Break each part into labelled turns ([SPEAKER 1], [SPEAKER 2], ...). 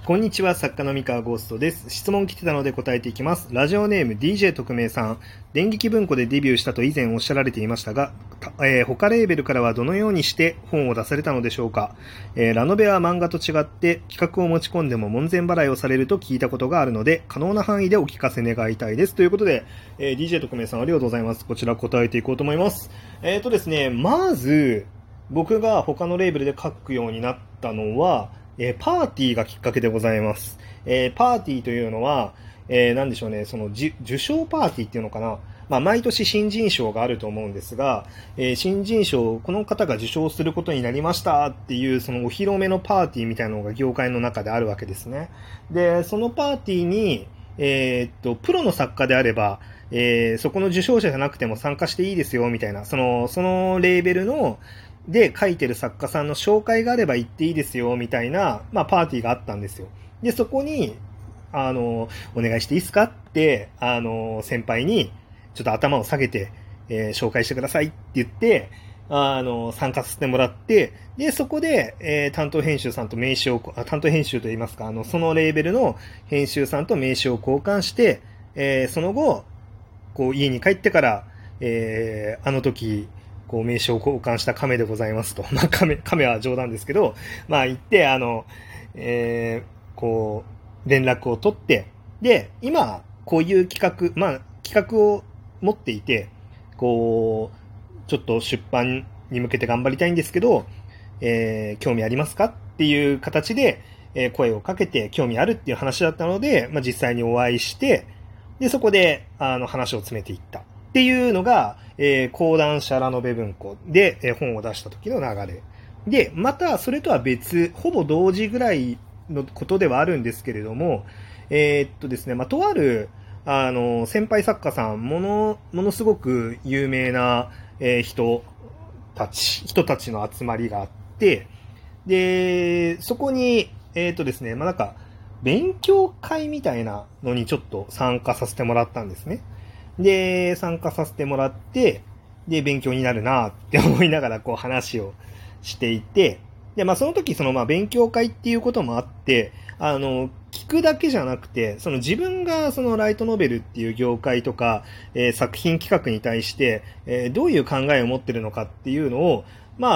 [SPEAKER 1] こんにちは、作家の三河ゴーストです。質問来てたので答えていきます。ラジオネーム DJ 特命さん。電撃文庫でデビューしたと以前おっしゃられていましたが、他レーベルからはどのようにして本を出されたのでしょうか。ラノベは漫画と違って企画を持ち込んでも門前払いをされると聞いたことがあるので、可能な範囲でお聞かせ願いたいです。ということで、DJ 特命さんありがとうございます。こちら答えていこうと思います。ですね、まず、僕が他のレーベルで書くようになったのは、パーティーがきっかけでございます。パーティーというのは、なんでしょうね、その受賞パーティーっていうのかな。毎年新人賞があると思うんですが、新人賞、この方が受賞することになりましたっていう、そのお披露目のパーティーみたいなのが業界の中であるわけですね。で、そのパーティーに、プロの作家であれば、そこの受賞者じゃなくても参加していいですよ、みたいな、そのレーベルの、で書いてる作家さんの紹介があれば行っていいですよみたいな、パーティーがあったんですよ。で、そこに、お願いしていいですかって、先輩に、ちょっと頭を下げて、紹介してくださいって言って、参加させてもらって、で、そこで、担当編集さんと名刺を、担当編集といいますか、そのレーベルの編集さんと名刺を交換して、その後、こう、家に帰ってから、あの時、こう名刺を交換した亀でございますと。亀は冗談ですけど、言って、こう、連絡を取って、で、今、こういう企画を持っていて、こう、ちょっと出版に向けて頑張りたいんですけど、興味ありますかっていう形で、声をかけて興味あるっていう話だったので、実際にお会いして、で、そこで、話を詰めていった。っていうのが、講談社ラノベ文庫で、本を出した時の流れ。で、また、それとは別、ほぼ同時ぐらいのことではあるんですけれども、ですね、とある、先輩作家さん、ものすごく有名な、人たちの集まりがあって、で、そこに、ですね、勉強会みたいなのにちょっと参加させてもらったんですね。で、参加させてもらって、で、勉強になるなって思いながらこう話をしていて、で、その時勉強会っていうこともあって、聞くだけじゃなくて、自分がそのライトノベルっていう業界とか、作品企画に対して、どういう考えを持ってるのかっていうのを、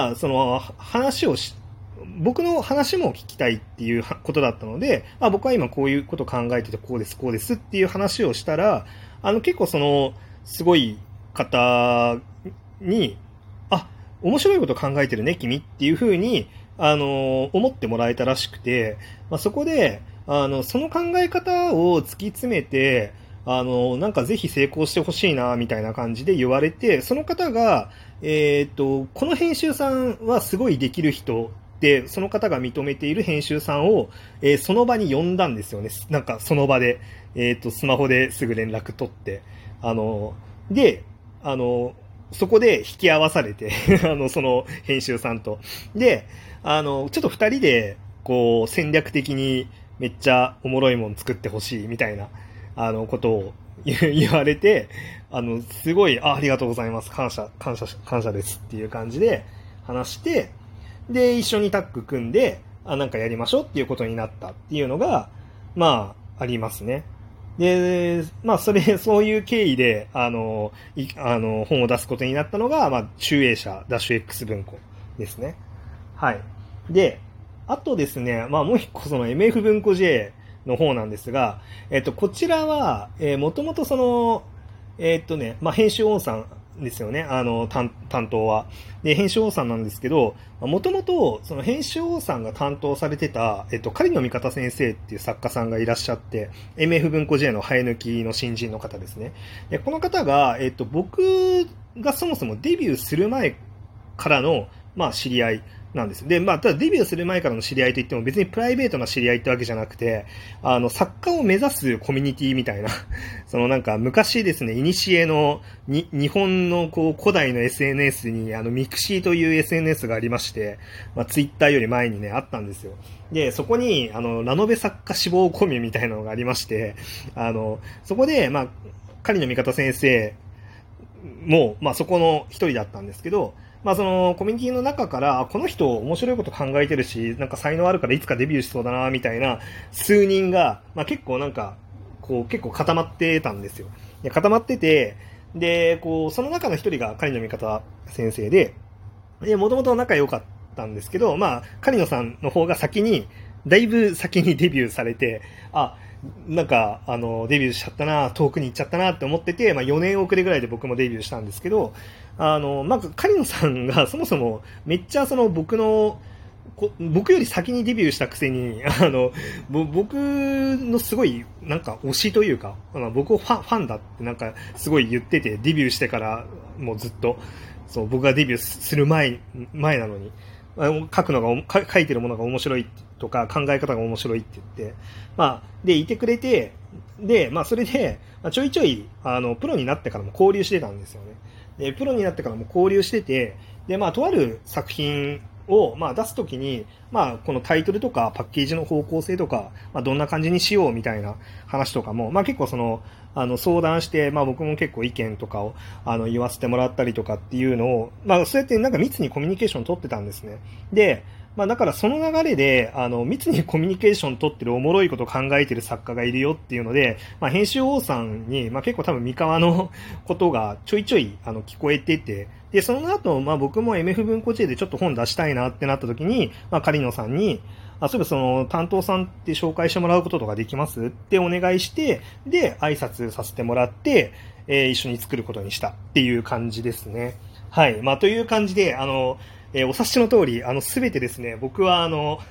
[SPEAKER 1] 僕の話も聞きたいっていうことだったので、僕は今こういうこと考えててこうですっていう話をしたら、結構すごい方に、面白いこと考えてるね、君っていう風に、思ってもらえたらしくて、そこで、その考え方を突き詰めて、ぜひ成功してほしいな、みたいな感じで言われて、その方が、この編集さんはすごいできる人で、その方が認めている編集さんを、その場に呼んだんですよね。その場で、スマホですぐ連絡取って。で、そこで引き合わされてその編集さんと。で、ちょっと二人で、こう、戦略的にめっちゃおもろいもん作ってほしいみたいな、ことを言われて、すごい、ありがとうございます。感謝ですっていう感じで話して、で、一緒にタッグ組んで、なんかやりましょうっていうことになったっていうのが、ありますね。で、そういう経緯で、本を出すことになったのが、集英社ダッシュ X 文庫ですね。はい。で、あとですね、もう一個MF 文庫 J の方なんですが、こちらは、もともと編集王さんですよね、担当は。で、編集王さんなんですけど、もともと、編集王さんが担当されてた、狩野美方先生っていう作家さんがいらっしゃって、MF 文庫 J の生え抜きの新人の方ですね。で、この方が、僕がそもそもデビューする前からの、知り合いなんです。で、ただデビューする前からの知り合いといっても別にプライベートな知り合いってわけじゃなくて、作家を目指すコミュニティみたいな、昔ですね、古の日本の古代の SNS に、ミクシーという SNS がありまして、ツイッターより前にね、あったんですよ。で、そこに、ラノベ作家志望コミュみたいなのがありまして、そこで、狩野美方先生も、そこの一人だったんですけど、 まあそのコミュニティの中から、この人面白いこと考えてるし、なんか才能あるからいつかデビューしそうだな、みたいな数人が、まあ結構なんか、こう結構固まってたんですよ。で固まってて、で、こう、その中の一人が狩野美方先生で、もともと仲良かったんですけど、まあ、狩野さんの方がだいぶ先にデビューされて、あ、なんか、デビューしちゃったな、遠くに行っちゃったなって思ってて、まあ、4年遅れぐらいで僕もデビューしたんですけど、まず、狩野さんがそもそも、めっちゃ僕より先にデビューしたくせに、僕のすごい、なんか推しというか、僕をファンだってなんかすごい言ってて、デビューしてからもうずっと、そう、僕がデビューする前なのに、書いてるものが面白いとか、考え方が面白いって言って、まあ、で、いてくれて、で、まあ、それで、ちょいちょい、プロになってからも交流してたんですよね。で、プロになってからも交流してて、で、まあ、とある作品を、まあ、出すときに、まあ、このタイトルとかパッケージの方向性とか、まあ、どんな感じにしようみたいな話とかも、まあ、結構相談して、まあ、僕も結構意見とかを、言わせてもらったりとかっていうのを、まあ、そうやってなんか密にコミュニケーション取ってたんですね。で、まあ、だからその流れで、密にコミュニケーション取ってるおもろいことを考えてる作家がいるよっていうので、まあ、編集王さんに、まあ、結構多分三河のことがちょいちょい、聞こえてて、で、その後、まあ、僕も MF 文庫 J でちょっと本出したいなってなった時に、まあ、狩野さんに、そういえばその担当さんって紹介してもらうこととかできますってお願いして、で、挨拶させてもらって、一緒に作ることにしたっていう感じですね。はい。まあ、という感じで、お察しの通り、すべてですね、僕は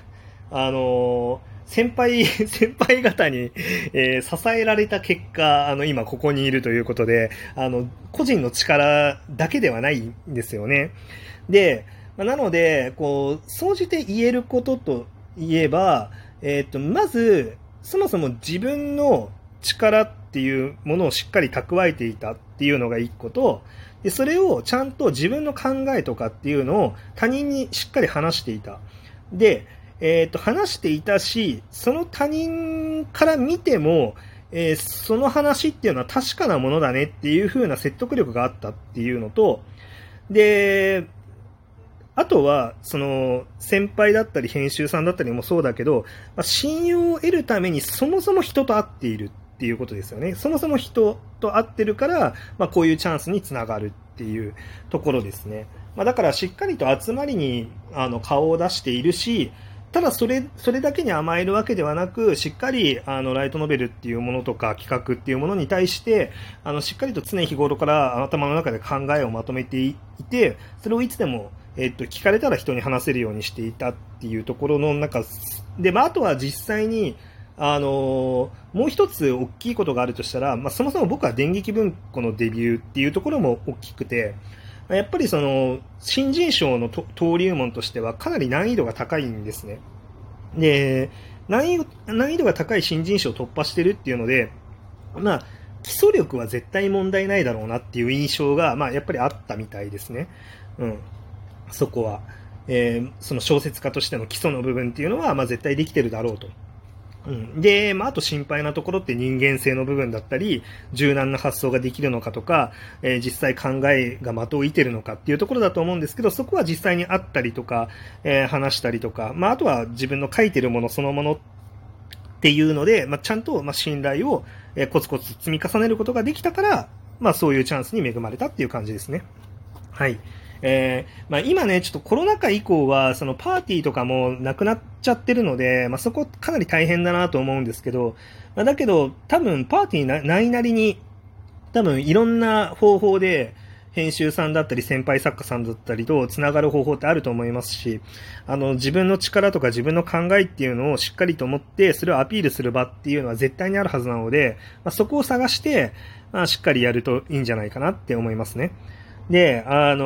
[SPEAKER 1] 先輩方に、支えられた結果、今ここにいるということで、個人の力だけではないんですよね。で、まあなので、こう、総じて言えることといえば、まず、そもそも自分の力っていうものをしっかり蓄えていたっていうのが一個と、で、それをちゃんと自分の考えとかっていうのを他人にしっかり話していた。で、話していたし、その他人から見ても、その話っていうのは確かなものだねっていう風な説得力があったっていうのと、で、あとは、先輩だったり編集さんだったりもそうだけど、まあ、信用を得るためにそもそも人と会っているっていうことですよね。そもそも人と会ってるから、まあ、こういうチャンスにつながるっていうところですね。まあ、だからしっかりと集まりに顔を出しているし、ただそれだけに甘えるわけではなく、しっかりライトノベルっていうものとか企画っていうものに対して、しっかりと常日頃から頭の中で考えをまとめていて、それをいつでも聞かれたら人に話せるようにしていたっていうところの中で、まあ、あとは実際に、もう一つ大きいことがあるとしたら、まあ、そもそも僕は電撃文庫のデビューっていうところも大きくて、やっぱり新人賞の登竜門としてはかなり難易度が高いんですね。で、難易度が高い新人賞を突破してるっていうので、まあ、基礎力は絶対問題ないだろうなっていう印象が、まあ、やっぱりあったみたいですね。うん。そこは。その小説家としての基礎の部分っていうのは、まあ、絶対できてるだろうと。うん、で、まあ、あと心配なところって人間性の部分だったり、柔軟な発想ができるのかとか、実際考えが的を射てるのかっていうところだと思うんですけど、そこは実際にあったりとか、話したりとか、まあ、あとは自分の書いてるものそのものっていうので、まあ、ちゃんと信頼をコツコツ積み重ねることができたから、まあ、そういうチャンスに恵まれたっていう感じですね。はい。まあ、今ね、ちょっとコロナ禍以降は、そのパーティーとかもなくなっちゃってるので、まあ、そこかなり大変だなと思うんですけど、まあ、だけど、多分パーティーないなりに、多分いろんな方法で、編集さんだったり先輩作家さんだったりとつながる方法ってあると思いますし、自分の力とか自分の考えっていうのをしっかりと持って、それをアピールする場っていうのは絶対にあるはずなので、まあ、そこを探して、まあ、しっかりやるといいんじゃないかなって思いますね。で、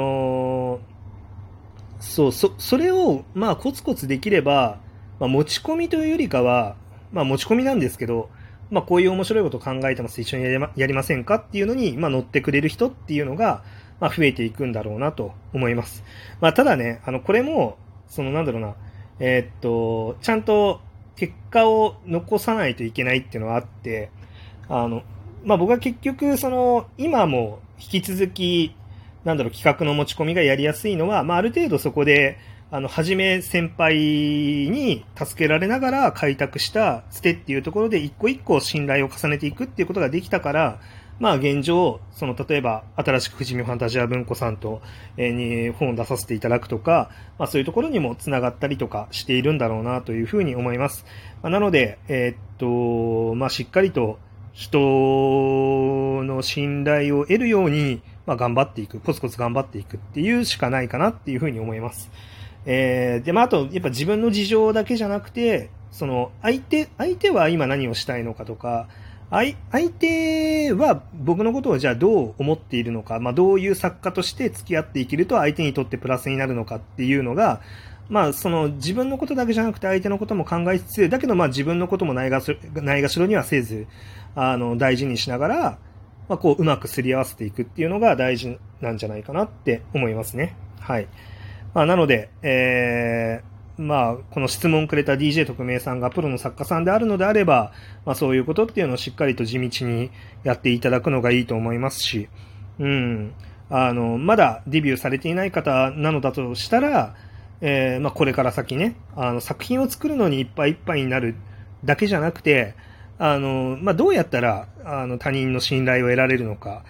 [SPEAKER 1] それを、まあ、コツコツできれば、まあ、持ち込みというよりかは、まあ、持ち込みなんですけど、まあ、こういう面白いことを考えてます、一緒にやりませんかっていうのに、まあ、乗ってくれる人っていうのが、まあ、増えていくんだろうなと思います。まあ、ただね、これも、なんだろうな、ちゃんと結果を残さないといけないっていうのはあって、まあ、僕は結局、今も引き続き、 企画の持ち込みがやりやすいのは、ある程度そこで、はじめ先輩に助けられながら開拓したつてっていうところで一個一個信頼を重ねていくっていうことができたから、現状、例えば、新しく富士見ファンタジア文庫さんと、に本を出させていただくとか、そういうところにもつながったりとかしているんだろうなというふうに思います。なので、しっかりと人の信頼を得るように、頑張っていく、コツコツ頑張っていくっていうしかないかなっていうふうに思います。で、あと、やっぱ自分の事情だけじゃなくて、相手は今何をしたいのかとか、相手は僕のことをじゃあどう思っているのか、どういう作家として付き合っていけると相手にとってプラスになるのかっていうのが、自分のことだけじゃなくて相手のことも考えつつ、だけど自分のこともないがしろにはせず、大事にしながら、うまくすり合わせていくっていうのが大事なんじゃないかなって思いますね。はい。なので、この質問くれた DJ 特命さんがプロの作家さんであるのであれば、そういうことっていうのをしっかりと地道にやっていただくのがいいと思いますし、まだデビューされていない方なのだとしたら、これから先ね、作品を作るのにいっぱいいっぱいになるだけじゃなくて、どうやったら、他人の信頼を得られるのか、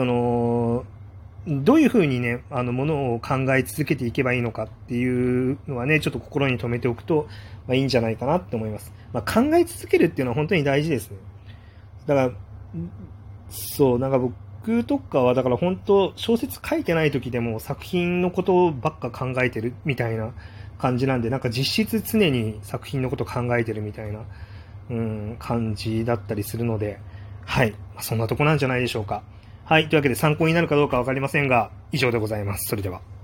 [SPEAKER 1] どういうふうにね、ものを考え続けていけばいいのかっていうのはね、ちょっと心に留めておくと、いいんじゃないかなって思います。考え続けるっていうのは本当に大事ですね。だから、そう、僕とかは、だから本当、小説書いてない時でも作品のことばっか考えてるみたいな感じなんで、実質常に作品のこと考えてるみたいな、感じだったりするので、はい。そんなとこなんじゃないでしょうか。はい。というわけで参考になるかどうかわかりませんが、以上でございます。それでは。